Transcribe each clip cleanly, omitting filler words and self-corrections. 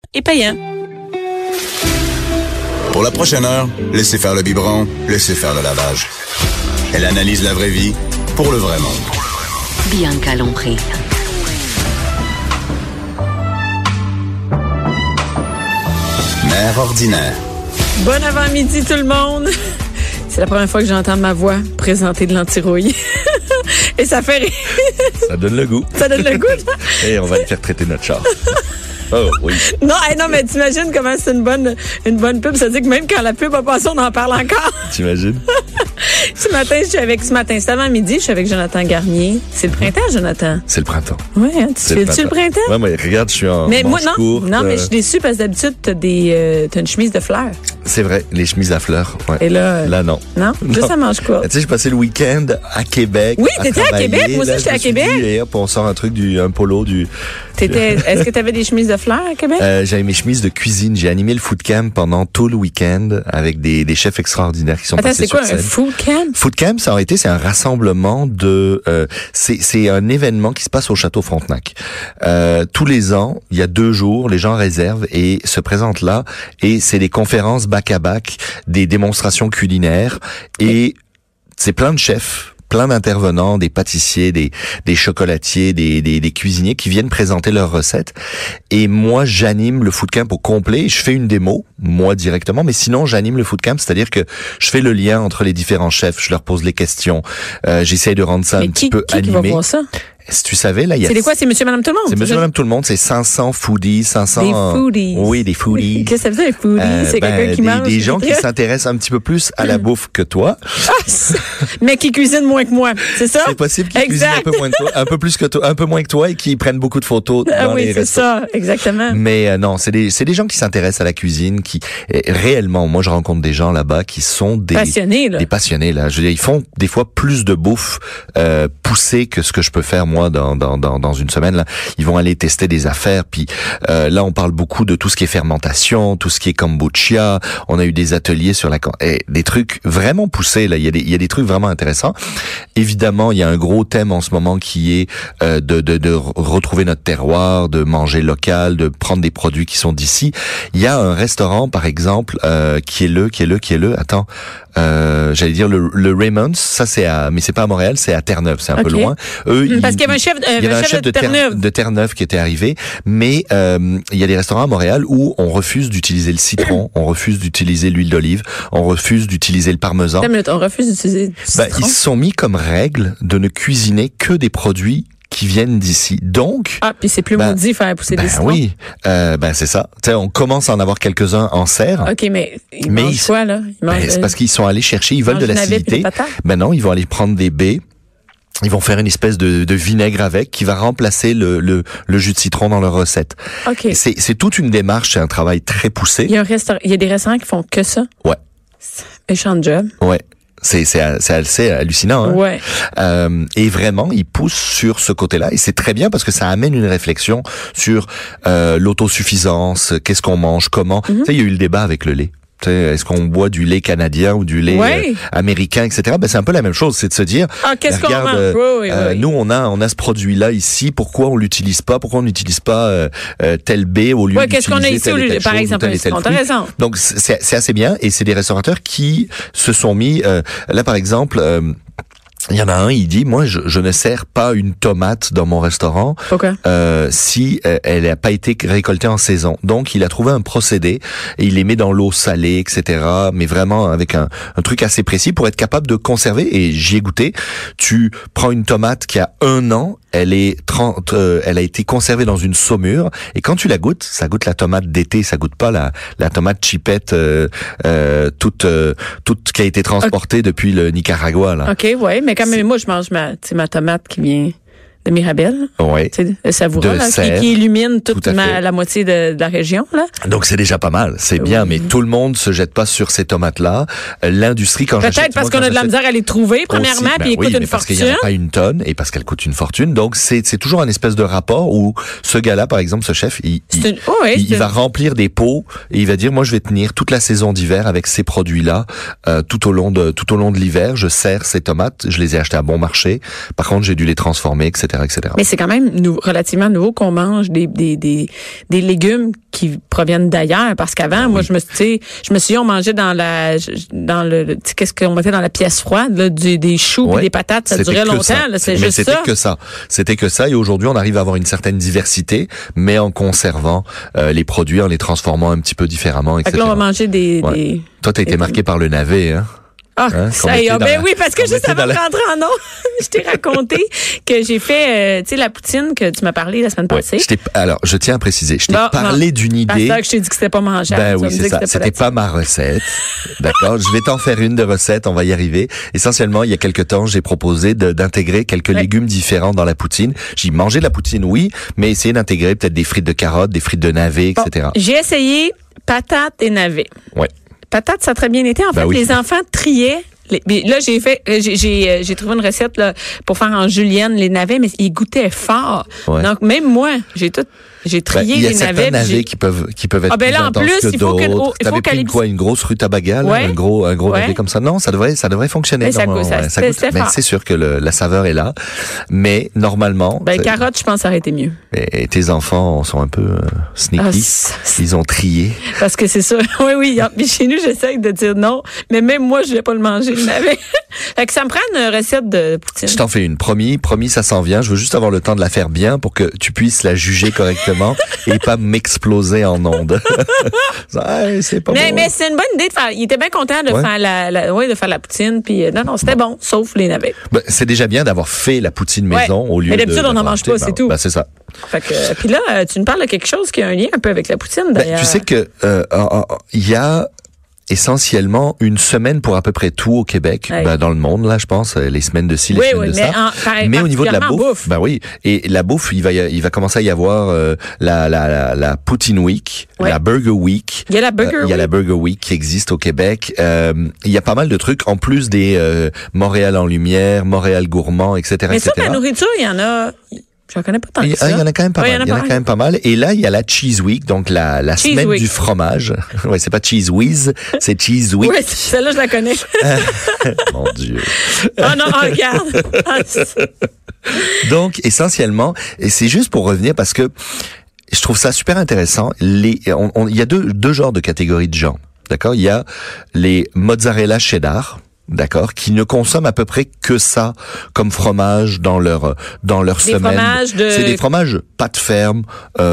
et payant. Pour la prochaine heure, laissez faire le biberon, laissez faire le lavage. Elle analyse la vraie vie pour le vrai monde. Bianca Lompré. Mère ordinaire. Bon avant-midi tout le monde. C'est la première fois que j'entends ma voix présenter de l'antirouille. Et ça fait rire. Ça donne le goût. Ça donne le goût. Et on va le faire traiter notre char. Oh oui. Non, mais t'imagines comment c'est une bonne pub. Ça veut dire que même quand la pub a passé, on en parle encore. T'imagines? Ce matin, c'est avant midi, je suis avec Jonathan Garnier. C'est le printemps, Jonathan? C'est le printemps. Oui, hein, tu fais-tu le printemps? Ouais, mais regarde, je suis en manche courte. Non, mais je suis déçue parce que d'habitude, t'as une chemise de fleurs. C'est vrai, les chemises à fleurs. Ouais. Et là non. Non? Juste ça mange quoi? Tu sais, j'ai passé le week-end à Québec. Oui, t'étais à Québec. Moi aussi, j'étais à Québec. Et hop, on sort un polo Est-ce que t'avais des chemises de fleurs à Québec? J'avais mes chemises de cuisine. J'ai animé le food camp pendant tout le week-end avec des chefs extraordinaires qui sont passés sur scène. C'est quoi un food camp? Food camp, c'est un rassemblement de, c'est un événement qui se passe au Château Frontenac. Tous les ans, il y a 2 jours, les gens réservent et se présentent là et c'est des conférences back-à-back, des démonstrations culinaires et c'est plein de chefs, plein d'intervenants, des pâtissiers, des chocolatiers, des cuisiniers qui viennent présenter leurs recettes. Et moi, j'anime le food camp au complet. Je fais une démo, moi directement, mais sinon, j'anime le food camp, c'est-à-dire que je fais le lien entre les différents chefs, je leur pose les questions, j'essaye de rendre ça un petit peu animé. Qui va voir ça? Si tu savais, là, il y a... C'est quoi? C'est Monsieur, Madame, Tout le monde? C'est Monsieur, Madame, Tout le monde. C'est 500 foodies, 500... Des foodies. Oui, des foodies. Qu'est-ce que ça veut dire, foodies? C'est quelqu'un qui mange. Des gens qui s'intéressent un petit peu plus à la bouffe que toi. Mais qui cuisinent moins que moi. C'est ça? C'est possible qu'ils cuisinent un peu moins que toi, un peu plus que toi, un peu moins que toi et qui prennent beaucoup de photos dans les restos. Oui, c'est ça. Exactement. Mais non, c'est des gens qui s'intéressent à la cuisine, qui réellement, moi, je rencontre des gens là-bas qui sont des passionnés, là. Des passionnés, là. Je veux dire, ils font des fois plus de bouffe poussée que ce que je peux faire, moi, dans une semaine, là. Ils vont aller tester des affaires, puis là, on parle beaucoup de tout ce qui est fermentation, tout ce qui est kombucha. On a eu des ateliers sur des trucs vraiment poussés, là. Il y a des trucs vraiment intéressants. Évidemment, il y a un gros thème en ce moment qui est de retrouver notre terroir, de manger local, de prendre des produits qui sont d'ici. Il y a un restaurant, par exemple, qui est attends, j'allais dire le Raymond's, ça mais c'est pas à Montréal, c'est à Terre-Neuve, c'est un peu loin. Eux, parce qu'il y avait un chef de Terre-Neuve qui était arrivé, mais il y a des restaurants à Montréal où on refuse d'utiliser le citron, on refuse d'utiliser l'huile d'olive, on refuse d'utiliser le parmesan. On refuse d'utiliser du citron. Ils se sont mis comme règle de ne cuisiner que des produits qui viennent d'ici. Donc... puis c'est plus maudit faire pousser des citrons. Oui, c'est ça. Tu sais, on commence à en avoir quelques-uns en serre. OK, mais ils mangent quoi, là? C'est parce qu'ils sont allés chercher, ils veulent de l'acidité. Non, ils vont aller prendre des baies. Ils vont faire une espèce de vinaigre avec qui va remplacer le jus de citron dans leur recette. OK. C'est toute une démarche, c'est un travail très poussé. Il y a des restaurants qui font que ça? Ouais. Méchant job. Ouais. C'est assez hallucinant, hein? Ouais. Et vraiment, ils poussent sur ce côté-là, et c'est très bien parce que ça amène une réflexion sur l'autosuffisance, qu'est-ce qu'on mange, comment. Tu sais, il y a eu le débat avec le lait. Est-ce qu'on boit du lait canadien ou du lait américain, etc. C'est un peu la même chose, c'est de se dire, qu'est-ce qu'on mange? Nous on a ce produit-là ici, pourquoi on l'utilise pas, pourquoi on n'utilise pas tel baie au lieu d'utiliser qu'est-ce qu'on a ici au lieu, par exemple, t'as raison. Donc c'est assez bien, et c'est des restaurateurs qui se sont mis là par exemple. Il y en a un, il dit, moi, je ne sers pas une tomate dans mon restaurant. Pourquoi? Si elle n'a pas été récoltée en saison. Donc, il a trouvé un procédé et il les met dans l'eau salée, etc. Mais vraiment avec un truc assez précis pour être capable de conserver. Et j'y ai goûté. Tu prends une tomate qui a 1 an, elle a été conservée dans une saumure. Et quand tu la goûtes, ça goûte la tomate d'été, ça goûte pas la tomate chipette toute qui a été transportée depuis le Nicaragua, là. OK, ouais. Mais quand même, moi, je mange ma tomate qui vient de Mirabel. Oui. Le savoureux, qui illumine toute la moitié de la région, là. Donc, c'est déjà pas mal. C'est bien, mais tout le monde se jette pas sur ces tomates-là. L'industrie, peut-être parce qu'on a de la misère à les trouver, premièrement, puis ils coûtent une fortune. Parce qu'il n'y en a pas une tonne et parce qu'elles coûtent une fortune. Donc, c'est toujours un espèce de rapport où ce gars-là, par exemple, ce chef, il va remplir des pots et il va dire, moi, je vais tenir toute la saison d'hiver avec ces produits-là, tout au long de l'hiver. Je sers ces tomates. Je les ai achetées à bon marché. Par contre, j'ai dû les transformer, etc. etc. Mais c'est quand même relativement nouveau qu'on mange des légumes qui proviennent d'ailleurs, parce qu'avant, moi, je me suis dit, on mangeait dans le qu'est-ce qu'on mettait dans la pièce froide, là, des choux et des patates, ça durait longtemps, là, c'est juste ça. C'était que ça, et aujourd'hui, on arrive à avoir une certaine diversité, mais en conservant les produits, en les transformant un petit peu différemment, etc. Fait que là, on va manger des... Toi, t'as été marqué par le navet, hein? Ah, ça y est. Ben oui, parce que juste avant de rentrer en eau, je t'ai raconté que j'ai fait, tu sais, la poutine que tu m'as parlé la semaine passée. Alors, je tiens à préciser, je t'ai parlé d'une idée. C'est ça que je t'ai dit que c'était pas mangeable. Ben oui, c'est ça. C'était pas ma recette. D'accord? Je vais t'en faire une de recette, on va y arriver. Essentiellement, il y a quelque temps, j'ai proposé d'intégrer quelques légumes différents dans la poutine. J'ai mangé de la poutine, oui, mais essayer d'intégrer peut-être des frites de carottes, des frites de navets, etc. J'ai essayé patates et navets. Ouais. Patates, ça a très bien été. En fait, les enfants triaient. Là, j'ai trouvé une recette là, pour faire en julienne les navets, mais ils goûtaient fort. Ouais. Donc, même moi, j'ai trié les navets. Il y a certains navets qui peuvent être plus là, en intenses plus, que d'autres. T'avais pris une grosse rutabaga, là, un gros navet comme ça. Non, ça devrait fonctionner. Ça goûte. Mais c'est sûr que la saveur est là. Mais normalement. Carottes, je pense que ça aurait été mieux. Et tes enfants sont un peu sneaky. Ils ont trié. Parce que c'est ça. Oui. Mais chez nous, j'essaie de dire non. Mais même moi, je vais pas le manger, le navet. Fait que ça me prend une recette de poutine. Je t'en fais une. Promis, ça s'en vient. Je veux juste avoir le temps de la faire bien pour que tu puisses la juger correctement et pas m'exploser en ondes. C'est pas bon. Mais c'est une bonne idée de faire. Il était bien content de faire la poutine. Puis non, c'était bon, sauf les navets. C'est déjà bien d'avoir fait la poutine maison au lieu de. Mais d'habitude, on n'en mange pas, c'est tout. C'est ça. Fait que, puis là, tu nous parles de quelque chose qui a un lien un peu avec la poutine, d'ailleurs. Tu sais que il y a essentiellement une semaine pour à peu près tout au Québec, dans le monde, là, je pense, les semaines de ci, les semaines de ça. Mais au niveau de la bouffe, et la bouffe, il va commencer à y avoir la Poutine Week, la Burger Week. Il y a la Burger Week. Il y a la Burger Week qui existe au Québec. Il y a pas mal de trucs, en plus des Montréal en lumière, Montréal gourmand, etc. Mais sur la nourriture, il y en a... J'en connais pas tant que ça. Il y en a quand même pas mal. Il y en a quand même pas mal. Et là, il y a la Cheese Week, donc la semaine du fromage. Ouais, c'est pas Cheese Whiz, c'est Cheese Week. Oui, celle-là, je la connais. Mon Dieu. Oh non, regarde. Donc, essentiellement, et c'est juste pour revenir parce que je trouve ça super intéressant. Il y a deux genres de catégories de gens. D'accord? Il y a les mozzarella cheddar. D'accord, qui ne consomment à peu près que ça comme fromage dans leur semaine. C'est des fromages pâte ferme,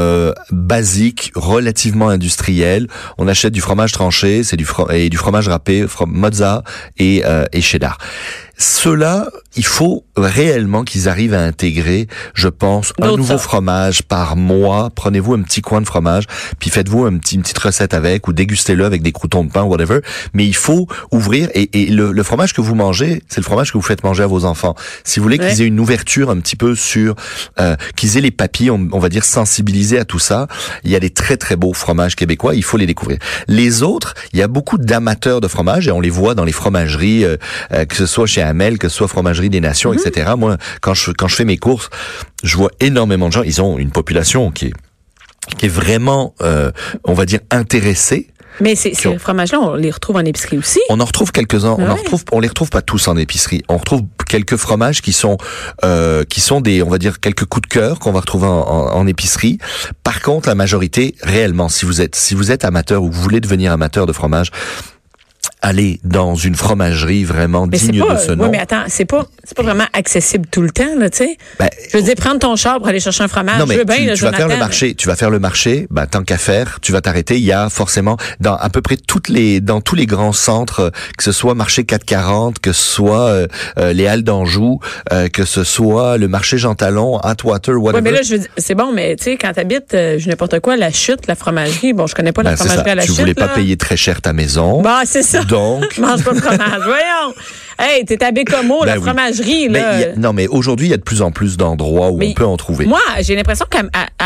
basiques, relativement industriels. On achète du fromage tranché, c'est du fromage râpé, mozza et cheddar. Ceux-là, il faut réellement qu'ils arrivent à intégrer, je pense, un nouveau fromage par mois. Prenez-vous un petit coin de fromage, puis faites-vous une petite recette avec, ou dégustez-le avec des croûtons de pain, whatever. Mais il faut ouvrir, et le fromage que vous mangez, c'est le fromage que vous faites manger à vos enfants. Si vous voulez qu'ils aient une ouverture un petit peu sur, qu'ils aient les papilles, on va dire sensibilisés à tout ça, il y a des très très beaux fromages québécois, il faut les découvrir. Les autres, il y a beaucoup d'amateurs de fromage, et on les voit dans les fromageries, que ce soit chez Hamel, que ce soit Fromagerie des Nations, etc. Moi, quand je fais mes courses, je vois énormément de gens. Ils ont une population qui est vraiment, on va dire, intéressée. Mais ces fromages-là, on les retrouve en épicerie aussi. On en retrouve quelques-uns. On les retrouve pas tous en épicerie. On retrouve quelques fromages qui sont des, on va dire, quelques coups de cœur qu'on va retrouver en épicerie. Par contre, la majorité, réellement, si vous êtes amateur ou vous voulez devenir amateur de fromage, aller dans une fromagerie vraiment digne de ce nom. Oui, mais attends, c'est pas vraiment accessible tout le temps, là, tu sais. Je veux dire, prendre ton char pour aller chercher un fromage. Non, mais tu vas faire le marché. Tu vas faire le marché. Tant qu'à faire, tu vas t'arrêter. Il y a forcément dans à peu près dans tous les grands centres, que ce soit marché 440, que ce soit les Halles d'Anjou, que ce soit le marché Jean Talon, Atwater, whatever. Oui, mais là, je veux dire, c'est bon, mais tu sais, quand t'habites n'importe quoi, la Chute, la fromagerie. Bon, je connais pas la fromagerie à la Chute. Tu voulais pas payer très cher ta maison. C'est ça. Donc, mange pas de fromage. Voyons. Hey, t'es à Bécomo, la fromagerie, là. Mais aujourd'hui, il y a de plus en plus d'endroits où on peut en trouver. Moi, j'ai l'impression qu'à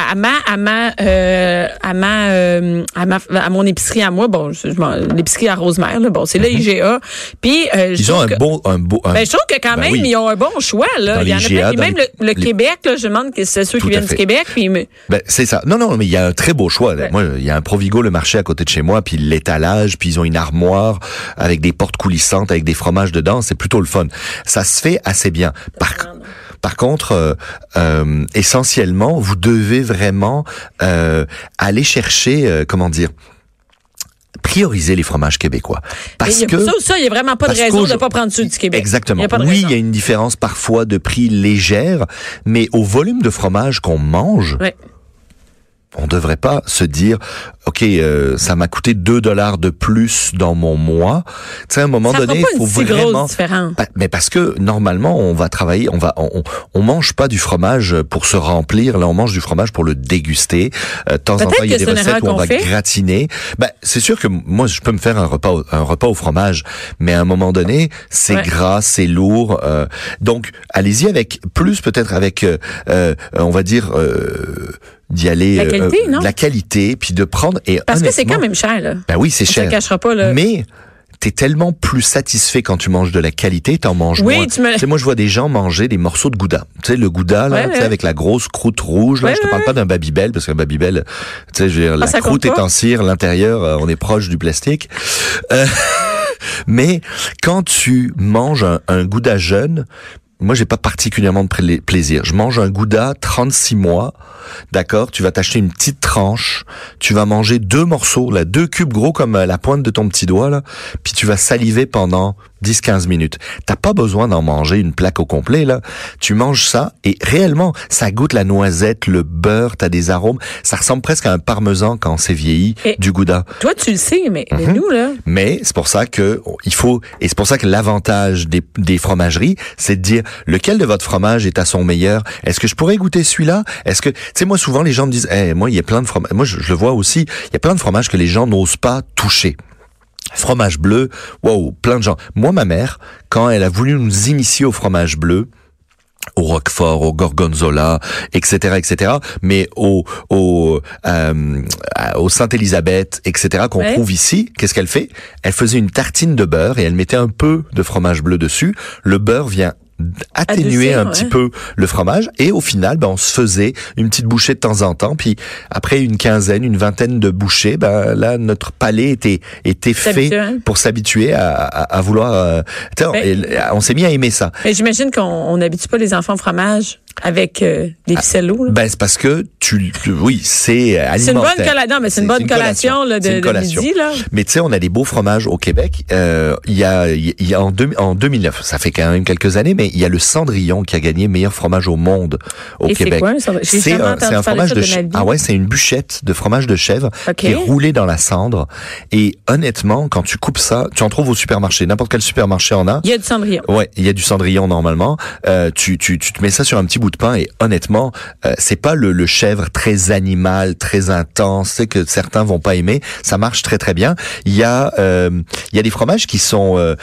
mon épicerie à moi, l'épicerie à Rosemère, là, c'est l'IGA. Puis, ils ont un beau. je trouve que quand même, ils ont un bon choix, là. Il y en a plein. Même le Québec, là, je demande que c'est ceux qui viennent du Québec. Puis, c'est ça. Non, mais il y a un très beau choix. Ouais. Moi, il y a un Provigo, le marché à côté de chez moi, puis l'étalage, puis ils ont une armoire avec des portes coulissantes, avec des fromages dedans. C'est plutôt le fun. Ça se fait assez bien. Par contre, essentiellement, vous devez vraiment aller chercher, prioriser les fromages québécois. Parce que il n'y a vraiment pas de raison de ne pas prendre ceux du Québec. Exactement. Oui, il y a une différence parfois de prix légère, mais au volume de fromage qu'on mange, on devrait pas se dire, OK, ça m'a coûté $2 de plus dans mon mois. Tu sais, à un moment donné, il faut vraiment... Mais parce que, normalement, on va travailler, on mange pas du fromage pour se remplir. Là, on mange du fromage pour le déguster. De temps en temps, il y a des recettes où on va gratiner. C'est sûr que moi, je peux me faire un repas au fromage. Mais à un moment donné, c'est gras, c'est lourd. Donc, allez-y peut-être avec, on va dire, d'y aller la qualité, puis de prendre parce que c'est quand même cher là. Ben oui, c'est cher. Ça cachera pas là. Mais t'es tellement plus satisfait quand tu manges de la qualité, t'en manges moins. Tu sais, moi je vois des gens manger des morceaux de gouda. Tu sais le gouda là, tu sais avec la grosse croûte rouge là, je te parle pas d'un Babybel parce qu'un Babybel, tu sais, je veux dire, la croûte est en cire, l'intérieur on est proche du plastique. Mais quand tu manges un gouda jeune, moi, j'ai pas particulièrement de plaisir. Je mange un gouda 36 mois, d'accord? Tu vas t'acheter une petite tranche, tu vas manger 2 morceaux, là, 2 cubes gros comme la pointe de ton petit doigt, là, puis tu vas saliver pendant 10-15 minutes. T'as pas besoin d'en manger une plaque au complet, là. Tu manges ça, et réellement, ça goûte la noisette, le beurre, t'as des arômes. Ça ressemble presque à un parmesan quand c'est vieilli, du gouda. Toi, tu le sais, mais nous, là. Mais c'est pour ça que c'est pour ça que l'avantage des fromageries, c'est de dire, lequel de votre fromage est à son meilleur? Est-ce que je pourrais goûter celui-là? Est-ce que, tu sais, moi, souvent, les gens me disent, moi, il y a plein de fromages, moi, je le vois aussi, il y a plein de fromages que les gens n'osent pas toucher. Fromage bleu, wow, plein de gens. Moi, ma mère, quand elle a voulu nous initier au fromage bleu, au Roquefort, au Gorgonzola, etc., mais au Sainte-Élisabeth, etc., qu'on trouve ici, qu'est-ce qu'elle fait? Elle faisait une tartine de beurre et elle mettait un peu de fromage bleu dessus. Le beurre vient atténuer un petit peu le fromage et au final on se faisait une petite bouchée de temps en temps, puis après une vingtaine de bouchées, là notre palais était fait pour s'habituer à vouloir on s'est mis à aimer ça. Mais j'imagine qu'on n'habitue pas les enfants au fromage avec des ficellos. C'est parce que c'est alimentaire. C'est une bonne collation là, de midi là. Mais tu sais, on a des beaux fromages au Québec. Il y a en 2009, ça fait quand même quelques années, mais il y a le Cendrillon qui a gagné meilleur fromage au monde au Québec. C'est quoi c'est un fromage de chèvre. Ah ouais, c'est une bûchette de fromage de chèvre qui est roulée dans la cendre. Et honnêtement, quand tu coupes ça, tu en trouves au supermarché. N'importe quel supermarché en a. Il y a du Cendrillon. Ouais, il y a du Cendrillon normalement. Tu te mets ça sur un petit bout de pain et honnêtement, c'est pas le chèvre très animal, très intense, c'est que certains vont pas aimer. Ça marche très très bien. Il y a des fromages qui ont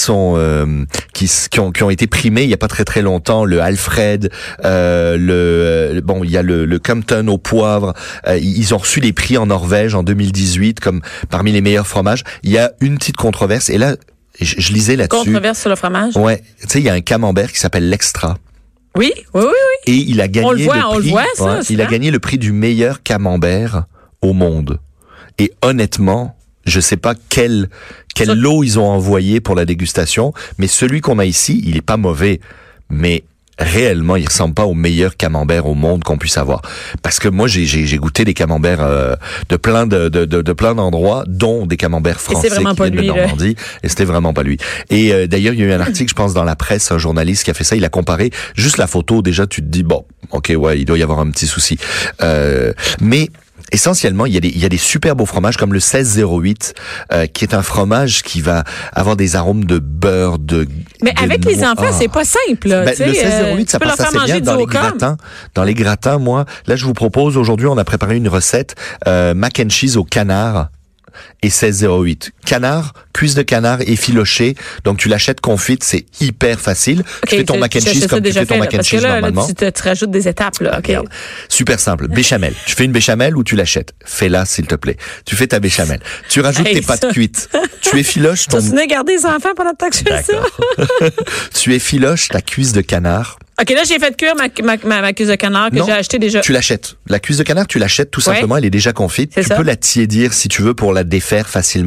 été primés il y a pas très très longtemps. Le Alfred, il y a le Compton au poivre. Ils ont reçu les prix en Norvège en 2018 comme parmi les meilleurs fromages. Il y a une petite controverse et là, je lisais là-dessus. Controverse sur le fromage? Ouais. Tu sais, il y a un camembert qui s'appelle l'Extra. Oui. Et il a gagné on le voit, ça. Il a gagné le prix du meilleur camembert au monde. Et honnêtement, je sais pas quel lot ils ont envoyé pour la dégustation, mais celui qu'on a ici, il est pas mauvais. Mais réellement, il ressemble pas au meilleur camembert au monde qu'on puisse avoir. Parce que moi, j'ai goûté des camemberts de plein d'endroits, dont des camemberts français qui viennent de Normandie, et c'était vraiment pas lui. Et d'ailleurs, il y a eu un article, je pense, dans la presse, un journaliste qui a fait ça, il a comparé juste la photo, déjà tu te dis, bon, ok, ouais, il doit y avoir un petit souci. Mais essentiellement, il y a des super beaux fromages comme le 1608, qui est un fromage qui va avoir des arômes de beurre, Mais avec les enfants, c'est pas simple, là. Le 1608, ça passe assez bien dans les gratins. Dans les gratins, moi, là, je vous propose, aujourd'hui, on a préparé une recette, mac and cheese au canard. Et 1608. Canard, cuisse de canard effilochée. Donc, tu l'achètes confite, c'est hyper facile. Tu fais ton mac and cheese comme tu fais ton mac and cheese normalement. Là, tu rajoutes des étapes, là. Okay. Super simple. Béchamel. Tu fais une béchamel ou tu l'achètes? Fais-la, s'il te plaît. Tu fais ta béchamel. Tu rajoutes tes pâtes cuites. Tu effiloches ton... Tu garder les enfants pendant que tu fais ça? Tu effiloches ta cuisse de canard. OK, là, j'ai fait cuire ma cuisse de canard que j'ai acheté déjà. Tu l'achètes. La cuisse de canard, tu l'achètes tout simplement. Elle est déjà confite. Tu peux la tiédir si tu veux pour la défaire facilement.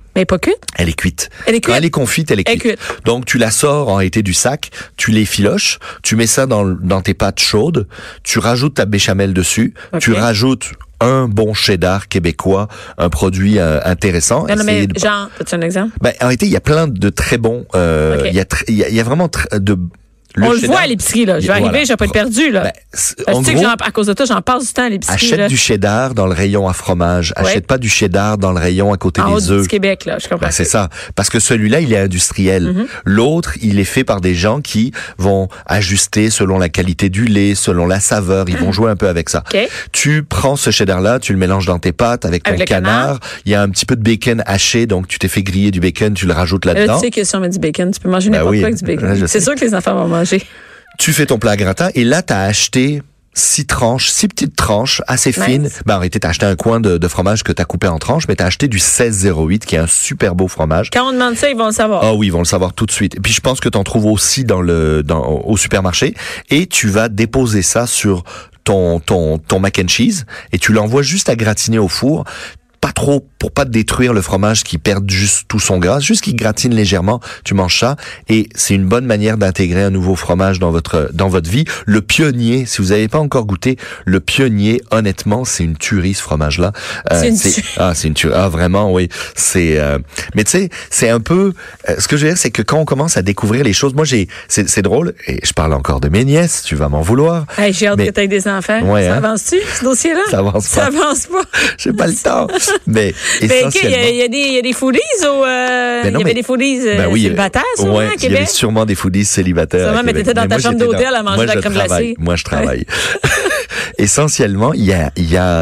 Mais pas cuite? Elle est cuite. Elle est cuite? Quand elle est confite, elle est cuite. Donc, tu la sors en réalité du sac, tu l'effiloches, tu mets ça dans tes pâtes chaudes, tu rajoutes ta béchamel dessus, tu rajoutes un bon cheddar québécois, un produit intéressant. Non, mais genre, as-tu un exemple? Ben, en réalité, il y a plein de très bons, il y a vraiment on le voit à l'épicerie, là. Je vais arriver, je vais pas être perdu, là. En tu sais gros, que à cause de toi, j'en passe du temps à l'épicerie. Achète là. du cheddar dans le rayon à fromage. Achète pas du cheddar dans le rayon à côté des œufs. Du Québec, là, je comprends. C'est ça. Parce que celui-là, il est industriel. L'autre, il est fait par des gens qui vont ajuster selon la qualité du lait, selon la saveur. Ils vont jouer un peu avec ça. Okay. Tu prends ce cheddar-là, tu le mélanges dans tes pâtes avec ton canard. Il y a un petit peu de bacon haché, donc tu t'es fait griller du bacon, tu le rajoutes là-dedans. Tu sais que si on met du bacon, tu peux manger n'importe quoi avec du bacon. C'est sûr que les enfants vont manger. Tu fais ton plat gratin et là, tu as acheté 6 petites tranches assez fines. Ben, en réalité, t'as acheté un coin de fromage que t'as coupé en tranches, mais t'as acheté du 1608, qui est un super beau fromage. Quand on demande ça, ils vont le savoir. Ah oui, ils vont le savoir tout de suite. Et puis, je pense que t'en trouves aussi au supermarché. Et tu vas déposer ça sur ton mac and cheese et tu l'envoies juste à gratiner au four. Pas trop pour pas détruire le fromage qui perd juste tout son gras, juste qu'il gratine légèrement, tu manges ça et c'est une bonne manière d'intégrer un nouveau fromage dans votre vie. Le pionnier, si vous n'avez pas encore goûté, le pionnier, honnêtement, c'est une tuerie ce fromage là. C'est une tuerie. Ah vraiment oui, mais tu sais, c'est un peu ce que je veux dire, c'est que quand on commence à découvrir les choses, moi c'est drôle et je parle encore de mes nièces, tu vas m'en vouloir. Hey, j'ai hâte que tu aies des enfants. Ouais, ça avance-tu ce dossier là? Ça avance pas. J'ai pas le temps. Mais essentiellement, il y a des foodies il y avait des foodies célibataires sûrement à Québec. Il y avait sûrement des foodies célibataires. Sûrement, mais t'étais dans ta chambre d'hôtel à manger de la crème glacée. Moi, je travaille. Essentiellement, il y a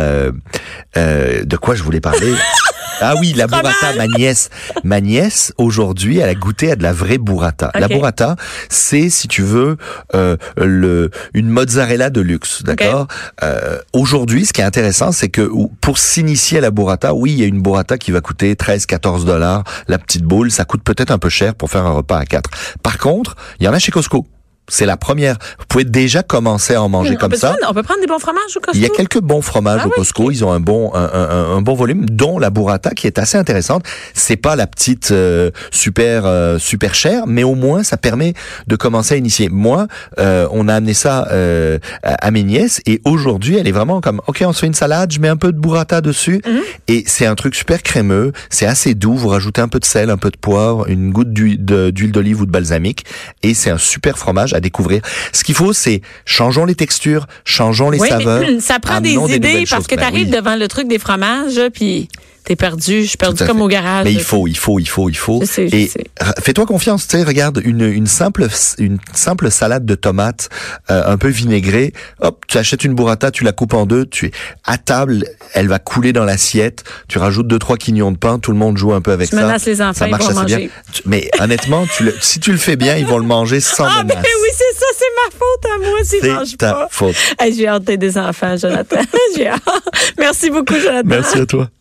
de quoi je voulais parler. Ah oui, la burrata, ma nièce, aujourd'hui, elle a goûté à de la vraie burrata. Okay. La burrata, c'est, si tu veux, une mozzarella de luxe, d'accord? Okay. Aujourd'hui, ce qui est intéressant, c'est que pour s'initier à la burrata, oui, il y a une burrata qui va coûter 13-14 $. La petite boule, ça coûte peut-être un peu cher pour faire un repas à 4. Par contre, il y en a chez Costco. C'est la première. Vous pouvez déjà commencer à en manger comme ça. On peut prendre des bons fromages au Costco? Il y a quelques bons fromages au Costco. Okay. Ils ont un bon volume, dont la burrata qui est assez intéressante. C'est pas la petite super chère, mais au moins ça permet de commencer à initier. Moi, on a amené ça à mes nièces et aujourd'hui, elle est vraiment comme OK, on se fait une salade, je mets un peu de burrata dessus et c'est un truc super crémeux, c'est assez doux, vous rajoutez un peu de sel, un peu de poivre, une goutte d'huile d'olive ou de balsamique et c'est un super fromage à découvrir. Ce qu'il faut, c'est changeons les textures, changeons les saveurs. Ça prend des idées parce que tu arrives devant le truc des fromages, puis t'es perdu. Je suis perdu comme au garage. Mais il faut. Je sais. Fais-toi confiance, tu sais, regarde, une simple salade de tomates un peu vinaigrée. Hop, tu achètes une burrata, tu la coupes en deux, tu es à table, elle va couler dans l'assiette. Tu rajoutes 2-3 quignons de pain, tout le monde joue un peu avec ça. Tu menaces les enfants, ça marche ils vont assez manger. Bien. Mais honnêtement, si tu le fais bien, ils vont le manger sans menace. Ben oui, c'est ça, c'est ma faute à moi s'ils mangent pas. C'est ta faute. Hey, j'ai hâte d'être des enfants, Jonathan. J'ai hâte. Merci beaucoup, Jonathan. Merci à toi.